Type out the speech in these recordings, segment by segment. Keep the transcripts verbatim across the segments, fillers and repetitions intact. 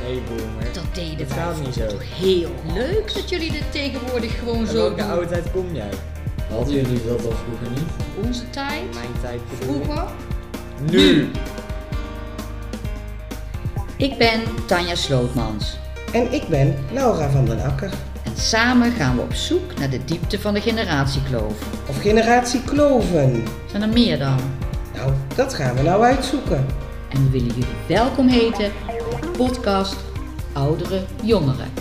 hey boomer. Dat deden Dat wij gaat niet vroeger zo. toch heel leuk dat jullie dit tegenwoordig gewoon En zo welke doen. oudheid kom jij? Hadden jullie dat al vroeger niet? Onze tijd, Mijn tijd bedoel ik. vroeger. Nu! Ik ben Tanja Slootmans En ik ben Laura van den Akker. en samen gaan we op zoek naar de diepte van de generatiekloof. Of generatie Kloven. Zijn er meer dan? Nou, dat gaan we nou uitzoeken. En we willen jullie welkom heten op de podcast Oudere Jongeren.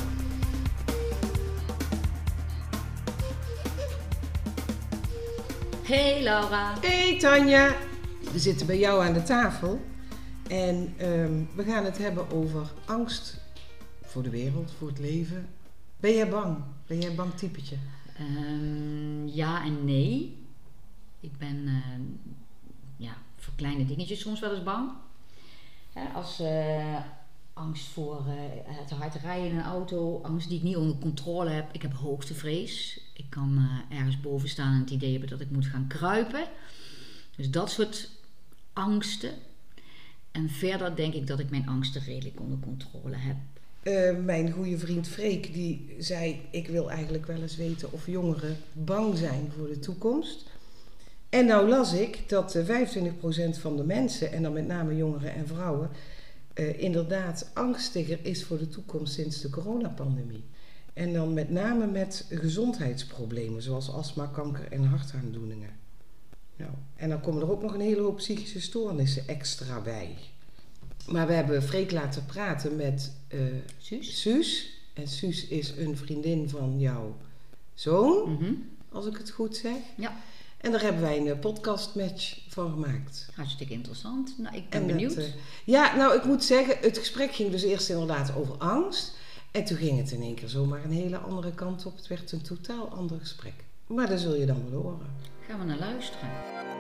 Hey Laura. Hey Tanja. We zitten bij jou aan de tafel. En ehm, we gaan het hebben over angst voor de wereld, voor het leven. Ben jij bang? Ben jij een bang typetje? Ehm, ja en nee. Ik ben uh, ja, voor kleine dingetjes soms wel eens bang. Hè, als uh, angst voor uh, het hard rijden in een auto, angst die ik niet onder controle heb. Ik heb hoogtevrees. Ik kan uh, ergens boven staan en het idee hebben dat ik moet gaan kruipen. Dus dat soort angsten. En verder denk ik dat ik mijn angsten redelijk onder controle heb. Uh, mijn goede vriend Freek die zei, ik wil eigenlijk wel eens weten of jongeren bang zijn voor de toekomst. En nou las ik dat uh, vijfentwintig procent van de mensen, en dan met name jongeren en vrouwen, uh, inderdaad angstiger is voor de toekomst sinds de coronapandemie. En dan met name met gezondheidsproblemen zoals astma, kanker en hartaandoeningen. Nou, en dan komen er ook nog een hele hoop psychische stoornissen extra bij. Maar we hebben Freek laten praten met uh, Suus. Suus. En Suus is een vriendin van jouw zoon, Mm-hmm. als ik het goed zeg. Ja, En daar hebben wij een podcastmatch van gemaakt. hartstikke interessant. Nou, ik ben En benieuwd. Dat, uh, ja, nou ik moet zeggen, het gesprek ging dus eerst inderdaad over angst. En toen ging het in één keer zomaar een hele andere kant op. Het werd een totaal ander gesprek. Maar daar zul je dan wel horen. Gaan we naar luisteren.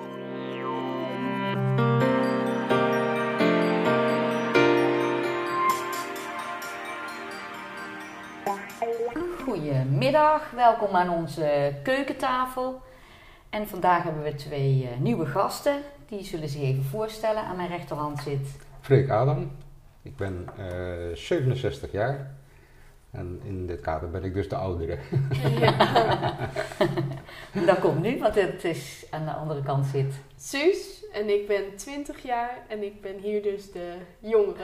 Goedemiddag, welkom aan onze keukentafel. En vandaag hebben we twee uh, nieuwe gasten. Die zullen zich even voorstellen. Aan mijn rechterhand zit... Freek Adam, ik ben uh, zevenenzestig jaar en in dit kader ben ik dus de oudere. Ja. Dat komt nu, want het is aan de andere kant zit... Suus en ik ben twintig jaar en ik ben hier dus de jongere.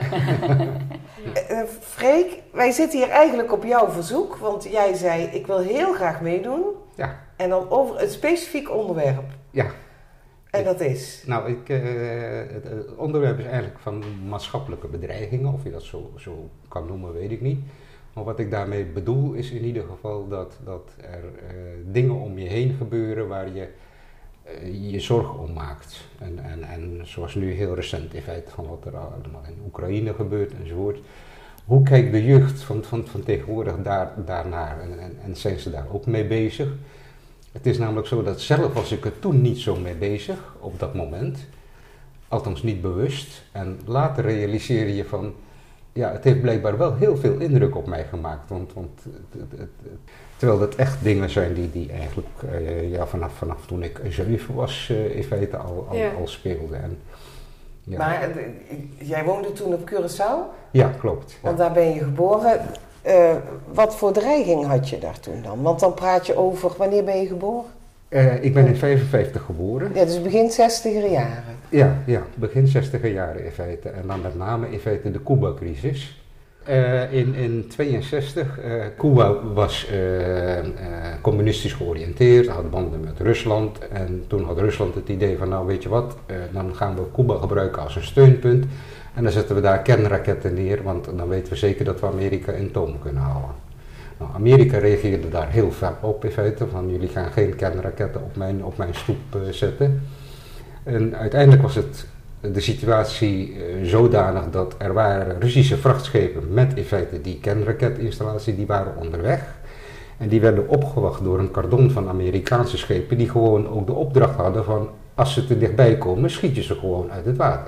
Uh, uh, Freek, wij zitten hier eigenlijk op jouw verzoek. Want jij zei, ik wil heel graag meedoen. Ja. En dan over het specifiek onderwerp. Ja. En dat is? Nou, ik, uh, het, het onderwerp is eigenlijk van maatschappelijke bedreigingen. Of je dat zo, zo kan noemen, weet ik niet. Maar wat ik daarmee bedoel is in ieder geval dat, dat er uh, dingen om je heen gebeuren waar je uh, je zorgen om maakt. En, en, en zoals nu heel recent in feite van wat er allemaal in Oekraïne gebeurt enzovoort. Hoe kijkt de jeugd van, van, van tegenwoordig daar, daarnaar en, en, en zijn ze daar ook mee bezig? Het is namelijk zo dat zelf was ik er toen niet zo mee bezig op dat moment. Althans niet bewust. En later realiseer je van, ja, het heeft blijkbaar wel heel veel indruk op mij gemaakt. Want, want het, het, het, terwijl dat echt dingen zijn die, die eigenlijk uh, ja, vanaf, vanaf toen ik zeven was uh, in feite al, al, Ja. al speelden. En, ja. Maar uh, jij woonde toen op Curaçao, Ja, klopt. Ja. want daar ben je geboren. Uh, wat voor dreiging had je daar toen dan? Want dan praat je over, wanneer ben je geboren? Uh, ik ben in vijfenvijftig geboren. Ja, dus begin zestiger jaren. Ja, ja, begin zestiger jaren in feite. En dan met name in feite de Cuba-crisis. Uh, in in tweeënzestig, uh, Cuba was uh, uh, communistisch georiënteerd, had banden met Rusland. En toen had Rusland het idee van, nou weet je wat, uh, dan gaan we Cuba gebruiken als een steunpunt. En dan zetten we daar kernraketten neer, want dan weten we zeker dat we Amerika in toom kunnen houden. Nou, Amerika reageerde daar heel fel op in feite, van jullie gaan geen kernraketten op mijn, op mijn stoep uh, zetten. En uiteindelijk was het de situatie uh, zodanig dat er waren Russische vrachtschepen met in feite die kernraketinstallatie, die waren onderweg. En die werden opgewacht door een cordon van Amerikaanse schepen die gewoon ook de opdracht hadden van, als ze te dichtbij komen, schiet je ze gewoon uit het water.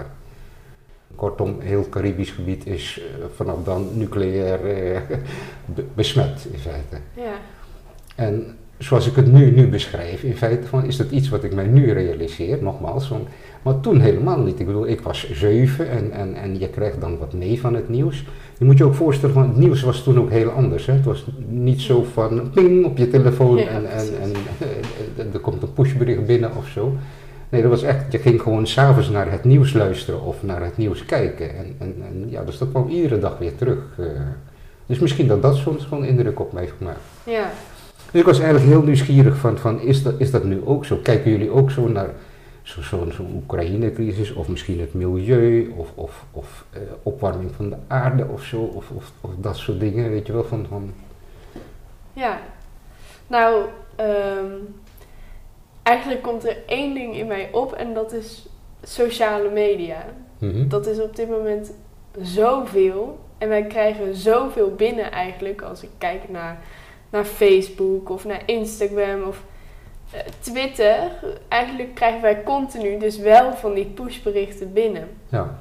Kortom, heel het Caribisch gebied is uh, vanaf dan nucleair uh, be- besmet in feite. Ja. En zoals ik het nu, nu beschrijf, in feite van, is dat iets wat ik mij nu realiseer, nogmaals. Van, maar toen helemaal niet. Ik bedoel, ik was zeven en, en, en je krijgt dan wat mee van het nieuws. Je moet je ook voorstellen, van, het nieuws was toen ook heel anders. Hè? Het was niet zo van ping op je telefoon Ja, en, en, en uh, er komt een pushbericht binnen of zo. Nee, dat was echt, je ging gewoon s'avonds naar het nieuws luisteren of naar het nieuws kijken. En, en, en ja, dus dat kwam iedere dag weer terug. Uh, dus misschien dat dat soms gewoon indruk op mij heeft gemaakt. Ja. Dus ik was eigenlijk heel nieuwsgierig van, van is, dat, is dat nu ook zo? Kijken jullie ook zo naar zo'n zo, zo Oekraïne-crisis of misschien het milieu of, of, of uh, opwarming van de aarde of zo? Of, of, of dat soort dingen, weet je wel? Van, van... Ja. Nou, um, eigenlijk komt er één ding in mij op en dat is sociale media. Mm-hmm. Dat is op dit moment zoveel en wij krijgen zoveel binnen eigenlijk als ik kijk naar... naar Facebook of naar Instagram of uh, Twitter. Eigenlijk krijgen wij continu dus wel van die pushberichten binnen. Ja.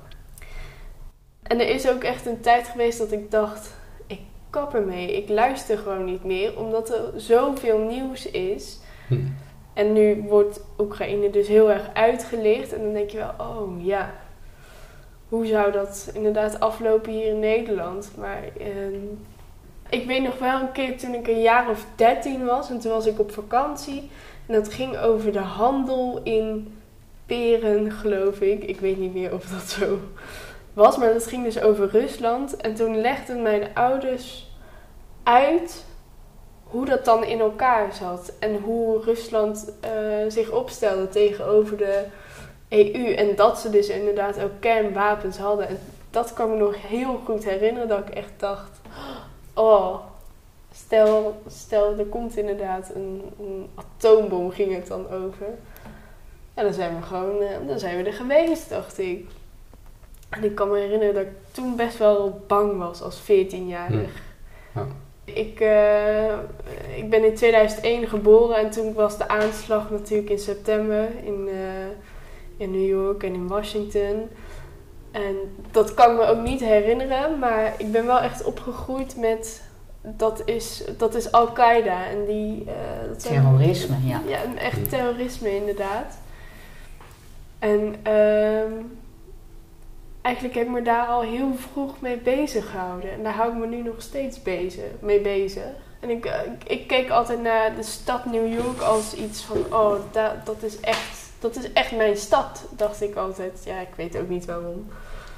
En er is ook echt een tijd geweest dat ik dacht, ik kap ermee. Ik luister gewoon niet meer, omdat er zoveel nieuws is. Hm. En nu wordt Oekraïne dus heel erg uitgelicht. En dan denk je wel, oh ja, hoe zou dat inderdaad aflopen hier in Nederland? Maar... Uh, Ik weet nog wel een keer toen ik een jaar of dertien was en toen was ik op vakantie. En dat ging over de handel in peren, geloof ik. Ik weet niet meer of dat zo was, maar dat ging dus over Rusland. En toen legden mijn ouders uit hoe dat dan in elkaar zat. En hoe Rusland uh, zich opstelde tegenover de E U. En dat ze dus inderdaad ook kernwapens hadden. En dat kan me nog heel goed herinneren dat ik echt dacht... Oh, stel, stel er komt inderdaad een, een atoombom, ging het dan over. En dan zijn we gewoon, uh, dan zijn we er geweest, dacht ik. En ik kan me herinneren dat ik toen best wel bang was als veertienjarig. Ja. Ja. Ik, uh, ik ben in tweeduizend één geboren en toen was de aanslag natuurlijk in september in, uh, in New York en in Washington. En dat kan ik me ook niet herinneren, maar ik ben wel echt opgegroeid met, dat is, dat is Al-Qaeda. En die, uh, dat zijn, Terrorisme, ja. Ja, een echt terrorisme inderdaad. En uh, eigenlijk heb ik me daar al heel vroeg mee bezig gehouden. En daar hou ik me nu nog steeds bezig, mee bezig. En ik, uh, ik, ik keek altijd naar de stad New York als iets van, oh, dat, dat is echt... Dat is echt mijn stad, dacht ik altijd. Ja, ik weet ook niet waarom.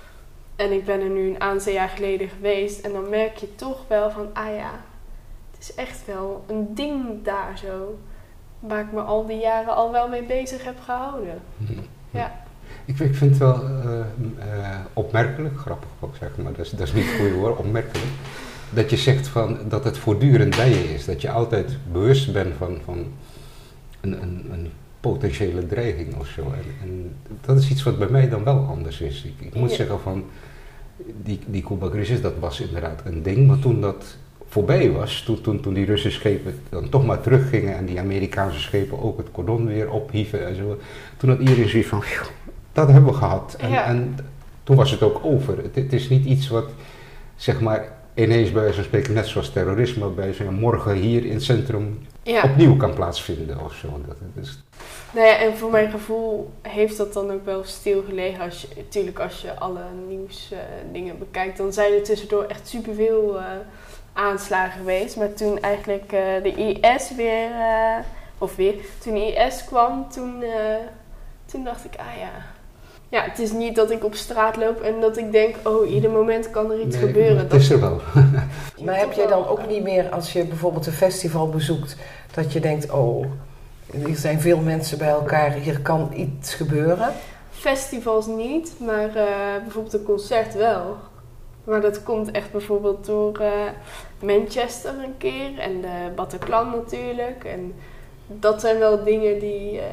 En ik ben er nu een aantal jaar geleden geweest. En dan merk je toch wel van, ah ja, het is echt wel een ding daar zo. Waar ik me al die jaren al wel mee bezig heb gehouden. Ja. Ik, ik vind het wel uh, uh, opmerkelijk, grappig ook zeg maar, dat is, dat is niet het goede woord, opmerkelijk. Dat je zegt van, dat het voortdurend bij je is. Dat je altijd bewust bent van, van een... een, een potentiële dreiging of zo. En, en dat is iets wat bij mij dan wel anders is. Ik, ik moet ja. zeggen van, die, die Cuba-crisis, dat was inderdaad een ding, maar toen dat voorbij was, toen, toen, toen die Russische schepen dan toch maar teruggingen en die Amerikaanse schepen ook het cordon weer ophieven en zo, toen had iedereen zoiets van, dat hebben we gehad. En, ja. en toen was het ook over. Het, het is niet iets wat, zeg maar, ineens bij wijze van spreken, net zoals terrorisme, bij zo'n morgen hier in het centrum ja. opnieuw kan plaatsvinden of zo. Dat, dat is... Nou ja, en voor mijn gevoel heeft dat dan ook wel stilgelegen. Als je, natuurlijk, als je alle nieuwsdingen uh, bekijkt, dan zijn er tussendoor echt superveel uh, aanslagen geweest. Maar toen eigenlijk uh, de I S weer, uh, of weer, toen de I S kwam, toen, uh, toen dacht ik, ah ja... Ja, het is niet dat ik op straat loop en dat ik denk, oh, ieder moment kan er iets nee, gebeuren. Het dat is er wel. Maar heb jij dan ook niet meer, als je bijvoorbeeld een festival bezoekt, dat je denkt, oh, er zijn veel mensen bij elkaar, hier kan iets gebeuren? Festivals niet, maar uh, bijvoorbeeld een concert wel. Maar dat komt echt bijvoorbeeld door uh, Manchester een keer en de Bataclan natuurlijk. En dat zijn wel dingen die... Uh,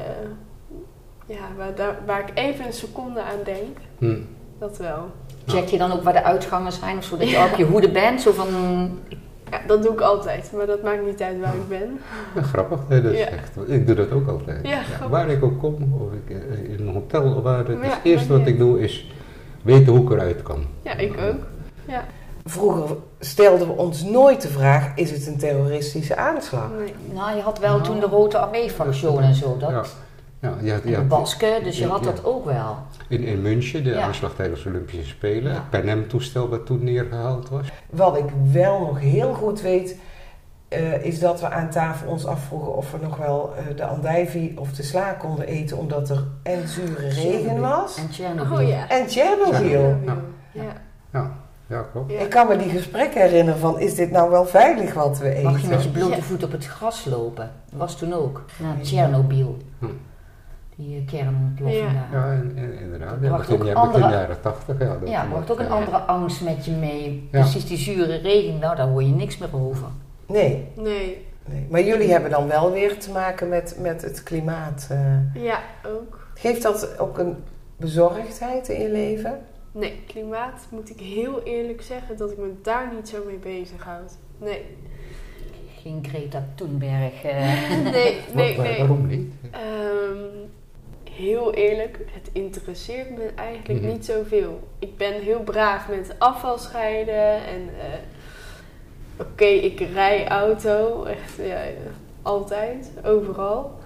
Ja, waar, daar, waar ik even een seconde aan denk. Hmm. Dat wel. Check je dan ook waar de uitgangen zijn? Of zo, dat je ja. op je hoede bent? Zo van... Ja, dat doe ik altijd. Maar dat maakt niet uit waar ik ben. Ja, grappig. Nee, dat is ja. echt, ik doe dat ook altijd. Ja, ja, waar ik ook kom, of ik in een hotel of waar. Het, ja, het eerste wat ik doe is weten hoe ik eruit kan. Ja, ik ook. Ja. vroeger stelden we ons nooit de vraag, is het een terroristische aanslag? Nee. Nou, je had wel Nou, toen de Rode Armee-fractie en zo. Dat, Ja. Ja, je had, en je de had- Basken, dus je ja, had ja. dat ook wel. In, in München, de Ja. aanslag tijdens de Olympische Spelen, Ja. het Pan Am-toestel wat toen neergehaald was. Wat ik wel nog heel goed weet, uh, is dat we aan tafel ons afvroegen of we nog wel uh, de andijvie of de sla konden eten, omdat er en zure regen was En Tsjernobyl. Oh ja. en Tsjernobyl. Ja. Ja. Ja. Ja, ja klopt. Ja. Ik kan me die gesprekken herinneren van, is dit nou wel veilig wat we eten? Mag je met je blote Ja. voet op het gras lopen? Dat was toen ook. Na Tsjernobyl. Hm. Die uh, kernontploffing Ja. daar. Ja, en, en, inderdaad. Dat Ja, bracht begin, ook ja, andere- begin jaren tachtig. Ja, dat, Ja, dat- bracht ook een ja. andere angst met je mee. Ja. Precies die zure regen, nou daar hoor je niks meer over. Nee, Nee. nee. Maar jullie hebben dan wel weer te maken met, met het klimaat. uh. Ja, ook. Geeft dat ook een bezorgdheid in je leven? Nee, klimaat moet ik heel eerlijk zeggen dat ik me daar niet zo mee bezighoud. Nee. Geen Greta Thunberg. eh. Nee, Wat- nee, waar- nee. Waarom niet? Ehm, heel eerlijk, het interesseert me eigenlijk Mhm. niet zoveel. Ik ben heel braaf met afval scheiden en eh, oké, ik rij auto, echt ja, altijd, overal.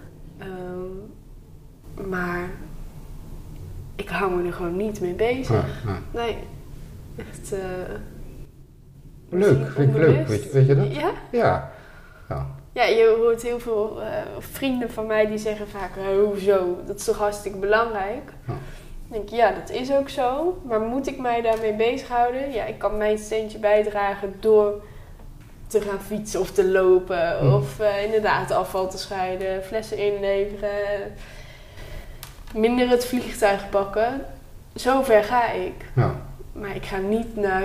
Ehm, maar ik hou me er gewoon niet mee bezig. Ja, ja. Nee, echt... eh, Leuk, misschien vind ik leuk. onbewust. Weet je, weet je dat? Ja? Ja. Ja. Ja, je hoort heel veel eh, vrienden van mij die zeggen vaak, "Oh, hoezo, dat is toch hartstikke belangrijk." Ja. Dan denk ik, ja, dat is ook zo. Maar moet ik mij daarmee bezighouden? Ja, ik kan mijn steentje bijdragen door te gaan fietsen of te lopen. Mm. Of eh, inderdaad afval te scheiden, flessen inleveren. Minder het vliegtuig pakken. Zover ga ik. Ja. Maar ik ga niet naar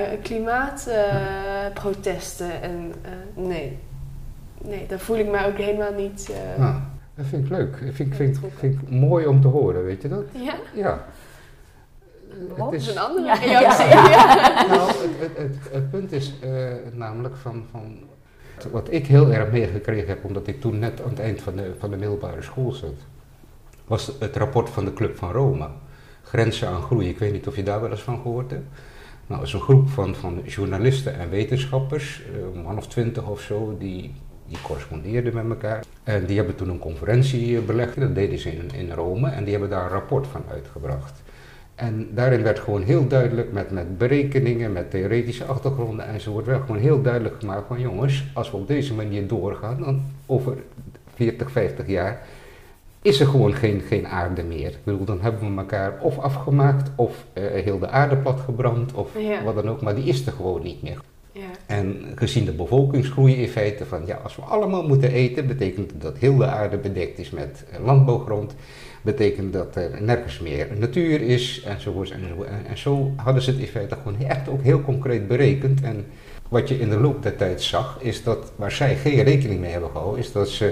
klimaatprotesten. en eh, nee. Nee, daar voel ik mij ook helemaal niet... eh, Ja. Dat vind ik leuk. Dat vind, ik- vind, ik- vind ik mooi om te horen, weet je dat? Ja? Ja. Waarom? Dat is een andere Ja, reactie. ja. Ja. Nou, het, het, het, het punt is eh, namelijk van, van wat ik heel erg meegekregen heb, omdat ik toen net aan het eind van de, van de middelbare school zat, was het rapport van de Club van Rome. Grenzen aan groei. Ik weet niet of je daar wel eens van gehoord hebt. Nou, het is een groep van, van journalisten en wetenschappers, een man of twintig of zo, die, die correspondeerden met elkaar. En die hebben toen een conferentie belegd, dat deden ze in, in Rome, en die hebben daar een rapport van uitgebracht. En daarin werd gewoon heel duidelijk, met, met berekeningen, met theoretische achtergronden enzovoort, werd gewoon heel duidelijk gemaakt van jongens, als we op deze manier doorgaan, dan over veertig, vijftig jaar is er gewoon geen, geen aarde meer. Ik bedoel, dan hebben we elkaar of afgemaakt, of uh, heel de aarde platgebrand, of Ja. wat dan ook, maar die is er gewoon niet meer. Ja. En gezien de bevolkingsgroei in feite van, ja, als we allemaal moeten eten, betekent dat heel de aarde bedekt is met uh, landbouwgrond, betekent dat er nergens meer natuur is, enzovoort, enzovoort. En, en zo hadden ze het in feite gewoon echt ook heel concreet berekend. En wat je in de loop der tijd zag, is dat, waar zij geen rekening mee hebben gehouden, is dat ze,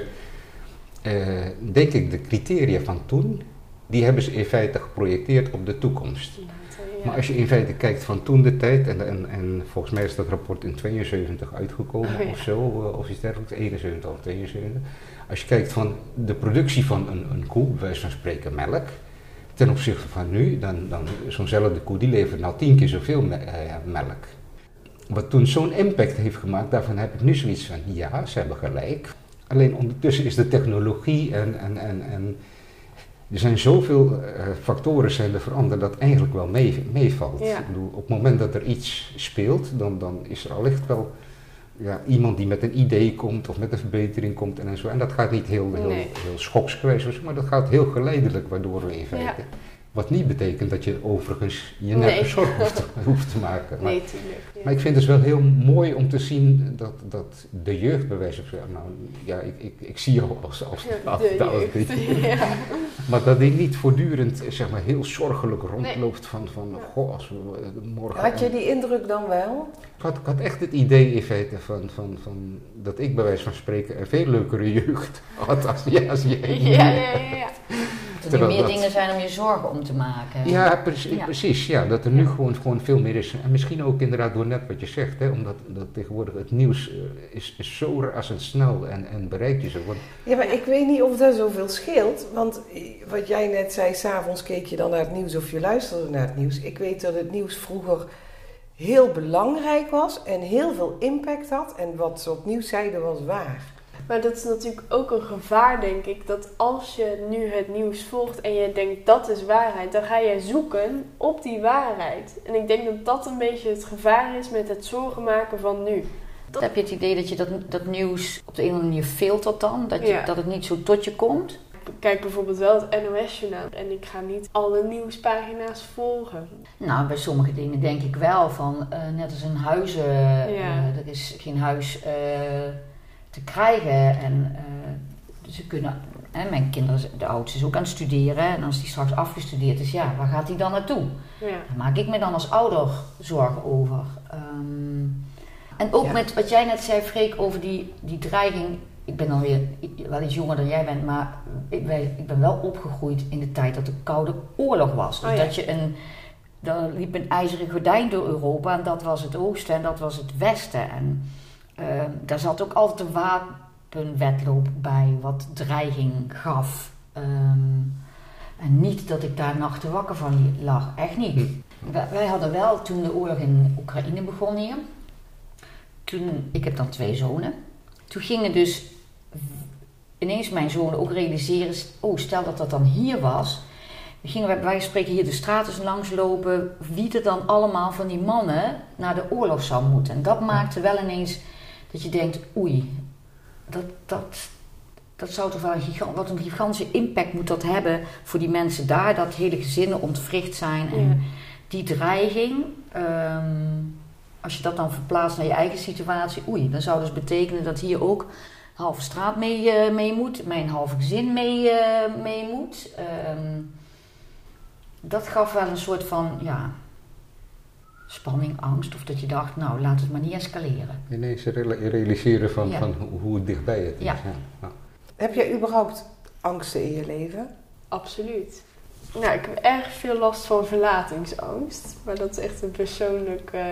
uh, denk ik, de criteria van toen, die hebben ze in feite geprojecteerd op de toekomst. Ja. Maar als je in feite kijkt van toen de tijd, en, en, en volgens mij is dat rapport in tweeënzeventig uitgekomen Oh, ja. of zo, uh, of iets dergelijks, eenenzeventig of tweeënzeventig. Als je kijkt van de productie van een, een koe, bij wijze van spreken melk, ten opzichte van nu, dan, dan zo'nzelfde koe die levert nou tien keer zoveel me, uh, melk. Wat toen zo'n impact heeft gemaakt, daarvan heb ik nu zoiets van, ja, ze hebben gelijk. Alleen ondertussen is de technologie en, en, en, en er zijn zoveel uh, factoren zijn er veranderd dat eigenlijk wel mee, meevalt. Ja. Ik bedoel, op het moment dat er iets speelt, dan, dan is er allicht wel ja, iemand die met een idee komt of met een verbetering komt en, en zo. En dat gaat niet heel, heel, Nee. heel schoksgewijs, of zo, maar dat gaat heel geleidelijk, waardoor we in feite... Wat niet betekent dat je overigens je nergens Nee. zorgen hoeft, hoeft te maken. Maar, Nee, tuurlijk. Ja. maar ik vind het dus wel heel mooi om te zien dat, dat de jeugd bij wijze van zeggen, nou ja, ik, ik, ik zie jou als, als, Ja, als, de als, jeugd. als- Ja. maar dat die niet voortdurend zeg maar heel zorgelijk rondloopt Nee. van, van goh, als we eh, morgen... Had je die indruk dan wel? Ik had, ik had echt het idee in feite van, van, van dat ik bij wijze van spreken een veel leukere jeugd had als, ja, als jij. Ja, ja, ja, ja. Dat er Terwijl meer dat- dingen zijn om je zorgen om te maken. Ja, precies, Ja. precies. Ja, dat er nu gewoon, gewoon veel meer is. En misschien ook inderdaad door net wat je zegt, hè, omdat dat tegenwoordig het nieuws eh, is, is zo razendsnel en, en bereikt je zo. Want, Ja, maar ik weet niet of dat zoveel scheelt. Want wat jij net zei, s'avonds keek je dan naar het nieuws of je luisterde naar het nieuws. Ik weet dat het nieuws vroeger heel belangrijk was en heel veel impact had. En wat ze opnieuw zeiden was waar. Maar dat is natuurlijk ook een gevaar, denk ik. Dat als je nu het nieuws volgt en je denkt dat is waarheid, dan ga je zoeken op die waarheid. En ik denk dat dat een beetje het gevaar is met het zorgen maken van nu. Dat... Heb je het idee dat je dat, dat nieuws op de een of andere manier filtert dan? Dat, je, Ja. dat het niet zo tot je komt? Ik kijk bijvoorbeeld wel het N O S-journaal en ik ga niet alle nieuwspagina's volgen. Nou, bij sommige dingen denk ik wel van, uh, net als een huizen, Ja. uh, er is geen huis uh, te krijgen. En uh, ze kunnen, hè, mijn kinderen, de oudste is ook aan het studeren. En als die straks afgestudeerd is, ja, waar gaat hij dan naartoe? Ja. Daar maak ik me dan als ouder zorgen over. Um, en ook Ja. met wat jij net zei, Freek, over die, die dreiging. Ik ben dan weer wel iets jonger dan jij bent, maar ik ben, ik ben wel opgegroeid in de tijd dat de Koude Oorlog was. Dus oh ja. dat je een, dan liep een ijzeren gordijn door Europa en dat was het oosten en dat was het westen. En uh, daar zat ook altijd een wapenwetloop bij, wat dreiging gaf. Um, en niet dat ik daar nachten wakker van lag, echt niet. Wij, wij hadden wel, toen de oorlog in Oekraïne begon hier, toen, ik heb dan twee zonen, toen gingen dus ineens mijn zonen ook realiseren, oh, stel dat dat dan hier was, dan gingen wij bij wijze van spreken hier de straten langs lopen, wie er dan allemaal van die mannen naar de oorlog zou moeten. En dat maakte wel ineens dat je denkt, oei, dat, dat, dat zou toch wel een gigant, wat een gigantische impact moet dat hebben voor die mensen daar, dat hele gezinnen ontwricht zijn en Ja. die dreiging. Um, Als je dat dan verplaatst naar je eigen situatie, oei, dan zou dus betekenen dat hier ook een halve straat mee, uh, mee moet, mijn halve gezin mee, uh, mee moet. Um, dat gaf wel een soort van, ja, spanning, angst. Of dat je dacht, nou, laat het maar niet escaleren. Ineens realiseren van, Ja. van hoe, hoe dichtbij het is. Ja. Ja. Ja. Heb jij überhaupt angsten in je leven? Absoluut. Nou, ik heb erg veel last van verlatingsangst. Maar dat is echt een persoonlijk uh,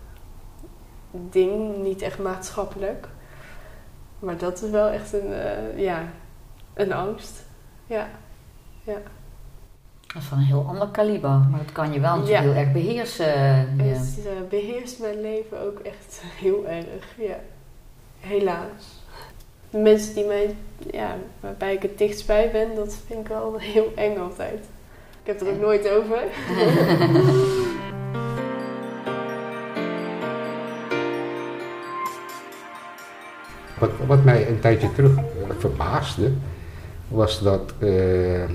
ding, niet echt maatschappelijk. Maar dat is wel echt een, uh, ja, een angst. Ja. ja. Dat is van een heel ander kaliber, maar dat kan je wel natuurlijk Ja. heel erg beheersen. Ja. Het uh, beheerst mijn leven ook echt heel erg, ja. Helaas. De mensen die mij, ja, waarbij ik het dichtst bij ben, dat vind ik wel heel eng altijd. Ik heb het er ook nooit over. Wat, wat mij een tijdje terug uh, verbaasde, was dat uh, uh,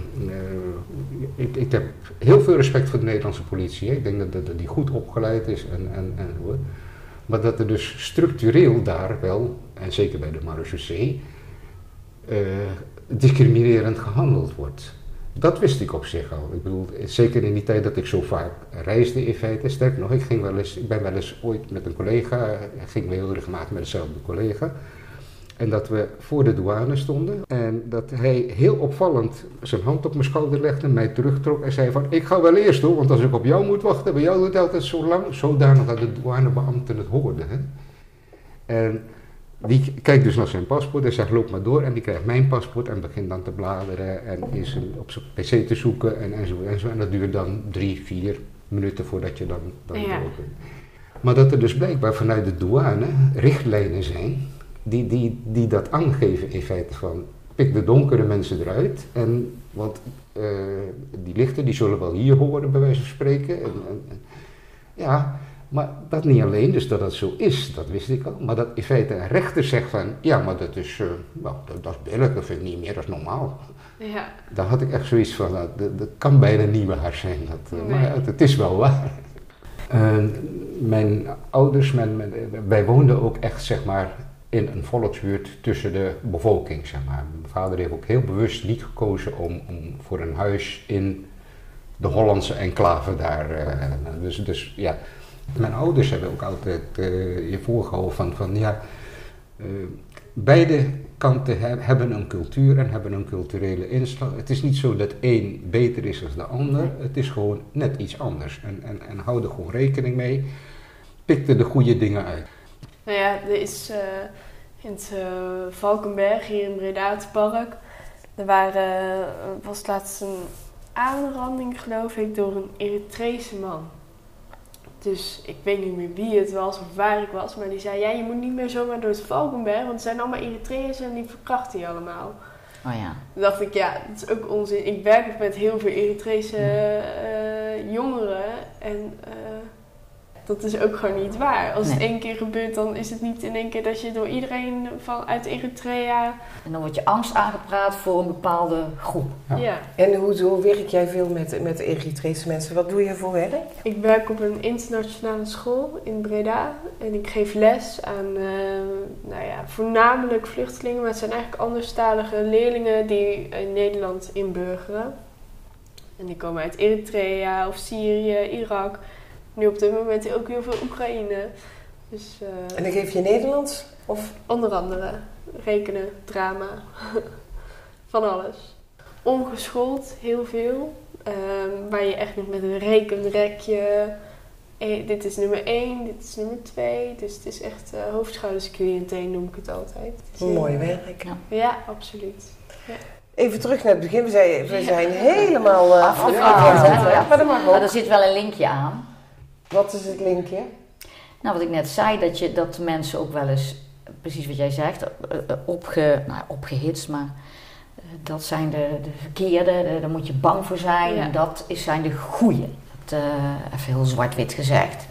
ik, ik heb heel veel respect voor de Nederlandse politie. Hè. Ik denk dat, dat die goed opgeleid is en, en, en hoor. Maar dat er dus structureel daar wel, en zeker bij de marechaussee, uh, discriminerend gehandeld wordt. Dat wist ik op zich al. Ik bedoel, zeker in die tijd dat ik zo vaak reisde in feite. Sterker nog, ik, ging wel eens, ik ben wel eens ooit met een collega, ging wel heel regelmatig met dezelfde collega. En dat we voor de douane stonden en dat hij heel opvallend zijn hand op mijn schouder legde, mij terugtrok en zei van, ik ga wel eerst hoor, want als ik op jou moet wachten, bij jou doet het altijd zo lang, zodanig dat de douanebeambten het hoorden. Hè. En die kijkt dus naar zijn paspoort en zegt, loop maar door, en die krijgt mijn paspoort en begint dan te bladeren en is op zijn pc te zoeken en, en zo en zo. En dat duurt dan drie, vier minuten voordat je dan, dan Ja. door kunt. Maar dat er dus blijkbaar vanuit de douane richtlijnen zijn, Die, die, die dat aangeven in feite van, pik de donkere mensen eruit, en, want uh, die lichten die zullen wel hier horen bij wijze van spreken. En, en, en, ja, maar dat niet alleen, dus dat dat zo is, dat wist ik al, maar dat in feite een rechter zegt van, ja, maar dat is, uh, nou, dat, dat is billig, dat vind ik niet meer, dat is normaal. Ja. Daar had ik echt zoiets van, dat, dat, dat kan bijna niet waar zijn, dat, uh, Nee. maar het, het is wel waar. Uh, mijn ouders, mijn, mijn, wij woonden ook echt, zeg maar, in een volksbuurt tussen de bevolking, zeg maar. Mijn vader heeft ook heel bewust niet gekozen om, om voor een huis in de Hollandse enclave daar. Uh, dus, dus ja, mijn ouders hebben ook altijd uh, je voorgehouden van, van ja, uh, beide kanten he, hebben een cultuur en hebben een culturele inslag. Het is niet zo dat één beter is dan de ander, het is gewoon net iets anders. En, en, en hou er gewoon rekening mee, pik er de goede dingen uit. Nou ja, er is uh, in het uh, Valkenberg, hier in Breda, het park, er waren, uh, was laatst een aanranding, geloof ik, door een Eritrese man. Dus ik weet niet meer wie het was of waar ik was. Maar die zei, ja, je moet niet meer zomaar door het Valkenberg. Want het zijn allemaal Eritreërs en die verkrachten die allemaal. Oh ja. Toen dacht ik, ja, dat is ook onzin. Ik werk met heel veel Eritrese uh, jongeren. En uh, dat is ook gewoon niet waar. Als Nee. het één keer gebeurt, dan is het niet in één keer dat je door iedereen van, uit Eritrea... En dan wordt je angst aangepraat voor een bepaalde groep. Ja. Ja. En hoezo werk jij veel met, met Eritrese mensen? Wat doe je voor werk? Ik werk op een internationale school in Breda. En ik geef les aan, uh, nou ja, voornamelijk vluchtelingen. Maar het zijn eigenlijk anderstalige leerlingen die in Nederland inburgeren. En die komen uit Eritrea of Syrië, Irak. Nu op dit moment ook heel veel Oekraïne. Dus, uh, En dan geef je Nederlands? Of? onder andere rekenen, drama, van alles. Ongeschoold, heel veel. Um, waar je echt nog met een rekenrekje... Eh, dit is nummer één, dit is nummer twee. Dus het is echt uh, hoofdschouderscliënteen noem ik het altijd. Het is heel- Mooi werk. Ja. Ja, absoluut. Even terug naar het begin. We zijn, we zijn helemaal uh, Afgedwaald, afgedwaald, hè? hè? Ja. Maar dat mag Maar ook. er zit wel een linkje aan. Wat is het linkje? Nou, wat ik net zei, dat, je, dat mensen ook wel eens, precies wat jij zegt, opge, nou, opgehitst, maar dat zijn de, de verkeerde, de, daar moet je bang voor zijn. Ja. En dat is, zijn de goeie. Dat, uh, even heel zwart-wit gezegd.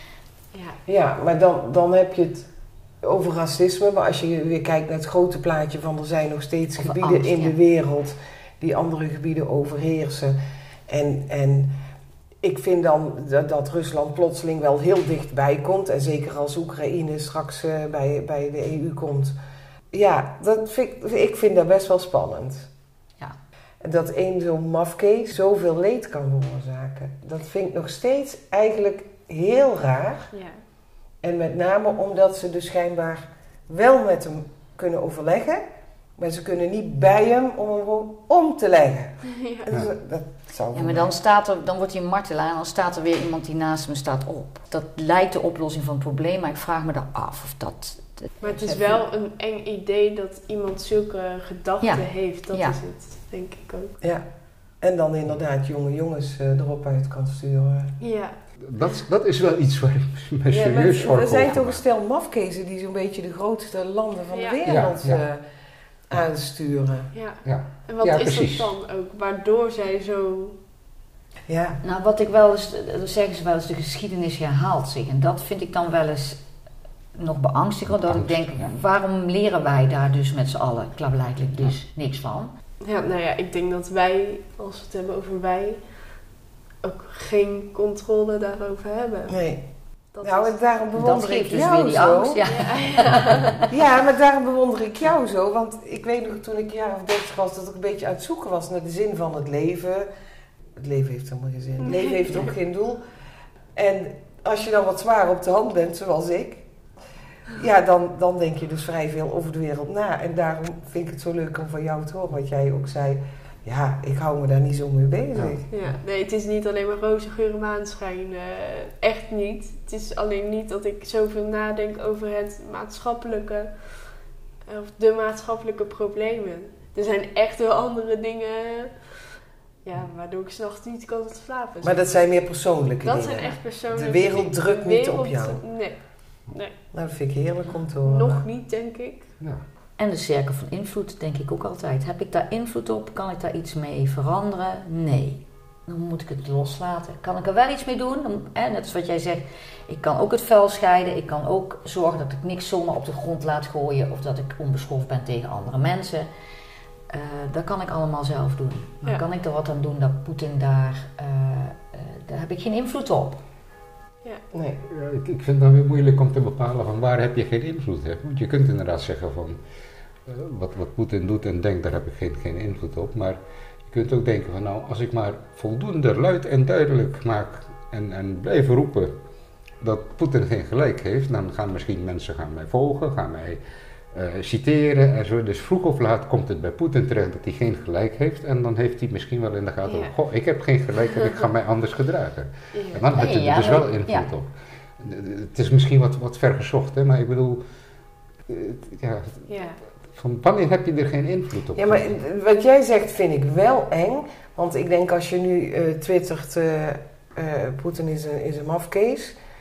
Ja, Ja, maar dan, dan heb je het over racisme. Maar als je weer kijkt naar het grote plaatje van er zijn nog steeds Over gebieden angst, in ja. de wereld die andere gebieden overheersen. En, en ik vind dan dat, dat Rusland plotseling wel heel dichtbij komt. En zeker als Oekraïne straks uh, bij, bij de E U komt. Ja, dat vind ik, ik vind dat best wel spannend. Ja. Dat één zo'n mafkees zoveel leed kan veroorzaken. Dat vind ik nog steeds eigenlijk heel raar. ja. En met name omdat ze dus schijnbaar wel met hem kunnen overleggen. Maar ze kunnen niet bij hem om hem gewoon om te leggen. ja. Dus, dat zou Ja, maar dan, staat er, dan wordt hij een martelaar en dan staat er weer iemand die naast hem staat op. Dat lijkt de oplossing van het probleem, maar ik vraag me daar af of dat... dat Maar het is wel een eng idee dat iemand zulke gedachten Ja. heeft. Dat Ja. is het, denk ik ook. Ja. En dan inderdaad jonge jongens uh, erop uit kan sturen. Ja, Dat, dat is wel iets waar ik me Ja, maar serieus zorgen er zijn over toch een maak. stel mafkezen die zo'n beetje de grootste landen van Ja. de wereld Ja, ja. uh, aansturen. ja. Ja. En wat Ja, is precies. dat dan ook? Waardoor zij zo... Ja. Nou, wat ik wel eens, dan zeggen ze wel eens, de geschiedenis herhaalt zich. En dat vind ik dan wel eens nog beangstigend. Dat ik denk, Angstig, ja. waarom leren wij daar dus met z'n allen klaarblijkelijk dus niks van? Ja, nou ja, ik denk dat wij, als we het hebben over wij, ook geen controle daarover hebben. Nee. Dat Nou, is- en daarom Dat bewonder ik geeft dus jou weer die zo. angst. Ja. Ja, maar daarom bewonder ik jou zo. Want ik weet nog toen ik een jaar of dertig was, dat ik een beetje aan het zoeken was naar de zin van het leven. Het leven heeft helemaal geen zin. Het leven heeft ook geen doel. En als je dan wat zwaar op de hand bent, zoals ik, ja, dan, dan denk je dus vrij veel over de wereld na. En daarom vind ik het zo leuk om van jou te horen wat jij ook zei. Ja, ik hou me daar niet zo mee bezig. Ja, nee, het is niet alleen maar roze geur en maanschijn. eh, echt niet. Het is alleen niet dat ik zoveel nadenk over het maatschappelijke, of de maatschappelijke problemen. Er zijn echt wel andere dingen, ja, waardoor ik 's nachts niet kan slapen. Maar dat zijn meer persoonlijke dat dingen. zijn echt persoonlijke De wereld dingen. drukt De niet op wereld- jou. Nee, Nou, dat vind ik heerlijk om te horen. nog niet, denk ik. Ja. En de cirkel van invloed denk ik ook altijd. Heb ik daar invloed op? Kan ik daar iets mee veranderen? Nee. Dan moet ik het loslaten. Kan ik er wel iets mee doen? Dan, hè, net als wat jij zegt. Ik kan ook het vuil scheiden. Ik kan ook zorgen dat ik niks zomaar op de grond laat gooien. Of dat ik onbeschoft ben tegen andere mensen. Uh, dat kan ik allemaal zelf doen. Maar Ja. kan ik er wat aan doen dat Poetin daar... Uh, uh, daar heb ik geen invloed op. Nee. Ja, ik, ik vind het dan weer moeilijk om te bepalen van waar heb je geen invloed op. Want je kunt inderdaad zeggen van uh, wat, wat Poetin doet en denkt, daar heb ik geen, geen invloed op. Maar je kunt ook denken van nou, als ik maar voldoende luid en duidelijk maak en, en blijf roepen dat Poetin geen gelijk heeft, dan gaan misschien mensen gaan mij volgen, gaan mij uh, citeren en zo. Dus vroeg of laat komt het bij Poetin terecht dat hij geen gelijk heeft en dan heeft hij misschien wel in de gaten, Ja. goh, ik heb geen gelijk en ik ga mij anders gedragen. Ja. En dan heb je Nee, er ja, dus wel dat- invloed ja. op. Het is misschien wat, wat ver gezocht, hè, maar ik bedoel, eh, ja, Ja. van wanneer heb je er geen invloed op? Ja, maar wat jij zegt vind ik wel eng. Want ik denk als je nu uh, twittert, uh, uh, Poetin is een, is een mafkees.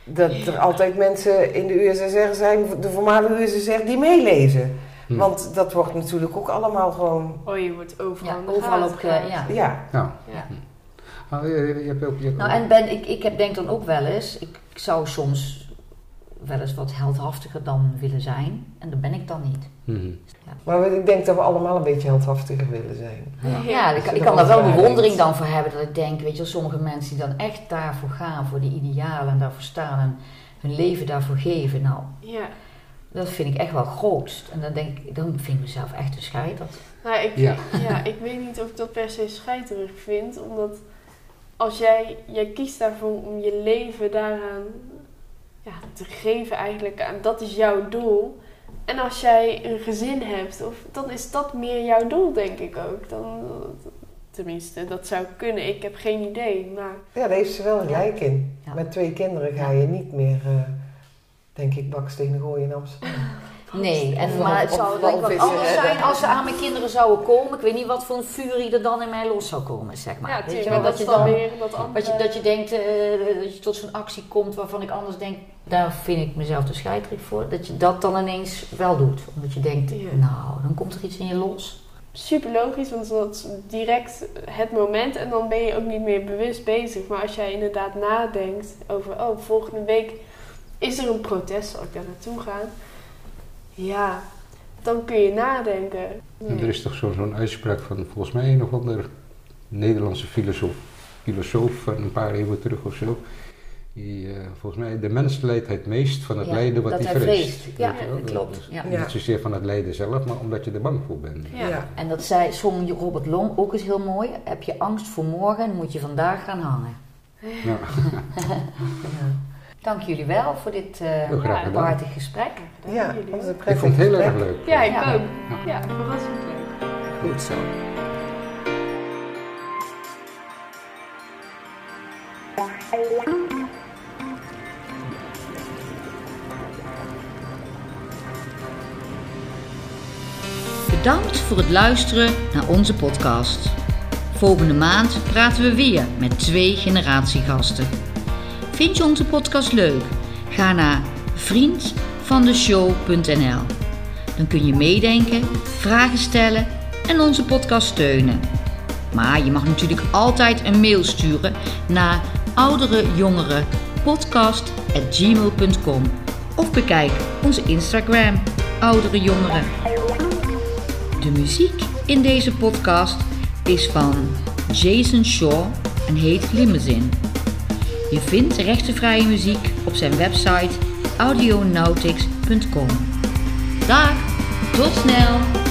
dat er altijd mensen in de U S S R zijn, de voormalige U S S R, die meelezen. Hm. Want dat wordt natuurlijk ook allemaal gewoon... Oh, je wordt overal, Ja, in de overal gaten op, ge- gehouden. ja. Ja, Ja. Ja. Oh, je, je, je hebt ook, je hebt Nou, ook- en ben, ik, ik heb denk dan ook wel eens, ik, ik zou soms wel eens wat heldhaftiger dan willen zijn. En dat ben ik dan niet. Mhm. maar ik denk dat we allemaal een beetje heldhaftiger willen zijn. Ja, Ja, ik, als je ik kan daar erover wel bewondering nadenkt. dan voor hebben. Dat ik denk, weet je wel, sommige mensen die dan echt daarvoor gaan, voor die idealen en daarvoor staan en hun leven daarvoor geven. Nou, Ja. dat vind ik echt wel grootst. En dan denk ik, dan vind ik mezelf echt een scheiter. Nou, ik, Ja. ja. ik weet niet of ik dat per se scheiterig vind, omdat als jij, jij kiest daarvoor om je leven daaraan ja, te geven eigenlijk, aan, dat is jouw doel. En als jij een gezin hebt, of, dan is dat meer jouw doel, denk ik ook. Dan, tenminste, dat zou kunnen, ik heb geen idee, maar... Ja, daar heeft ze wel gelijk in. Ja. Met twee kinderen ga je niet meer, uh, denk ik, bakstenen gooien in Amsterdam. Nee, en, Of- maar het of zou denk ik wat walvissen, anders hè, zijn dat- als ze aan mijn kinderen zouden komen. Ik weet niet wat voor een furie er dan in mij los zou komen, zeg maar. Ja, weet je tuurlijk, wel, dat dat is je dan dan... weer dat andere... Wat je, dat je denkt eh, dat je tot zo'n actie komt waarvan ik anders denk, daar vind ik mezelf te scheiterig voor. Dat je dat dan ineens wel doet. Omdat je denkt, Ja. nou, dan komt er iets in je los. Super logisch, want dat is direct het moment en dan ben je ook niet meer bewust bezig. Maar als jij inderdaad nadenkt over, oh, volgende week is er een protest, zal ik daar naartoe gaan? Ja, dan kun je nadenken. En er is toch zo- zo'n uitspraak van volgens mij een of andere Nederlandse filosoof, filosoof van een paar eeuwen terug of zo. Die, uh, volgens mij, de mens lijdt het meest van het Ja, lijden wat dat hij hij vreest. vreest. Ja, Weet je wel? dat klopt. Dus Ja. Ja. Niet zozeer van het lijden zelf, maar omdat je er bang voor bent. Ja. Ja. En dat zei, zong Robert Long ook eens heel mooi. Heb je angst voor morgen, moet je vandaag gaan hangen. Ja. Dank jullie wel voor dit uh, Heel graag gedaan. waardig gesprek. Ja, jullie. dat was een Ik prettig vond het heel gesprek. erg leuk. Ja, ik Ja. ook. Ja. Ja, verrassend leuk. Goed zo. Bedankt voor het luisteren naar onze podcast. Volgende maand praten we weer met twee generatiegasten. Vind je onze podcast leuk? Ga naar vriend van de show punt n l. Dan kun je meedenken, vragen stellen en onze podcast steunen. Maar je mag natuurlijk altijd een mail sturen naar ouderejongeren.podcast at gmail punt com of bekijk onze Instagram ouderejongeren. De muziek in deze podcast is van Jason Shaw en heet Limousine. Je vindt rechtenvrije muziek op zijn website audionautics punt com. Dag, tot snel!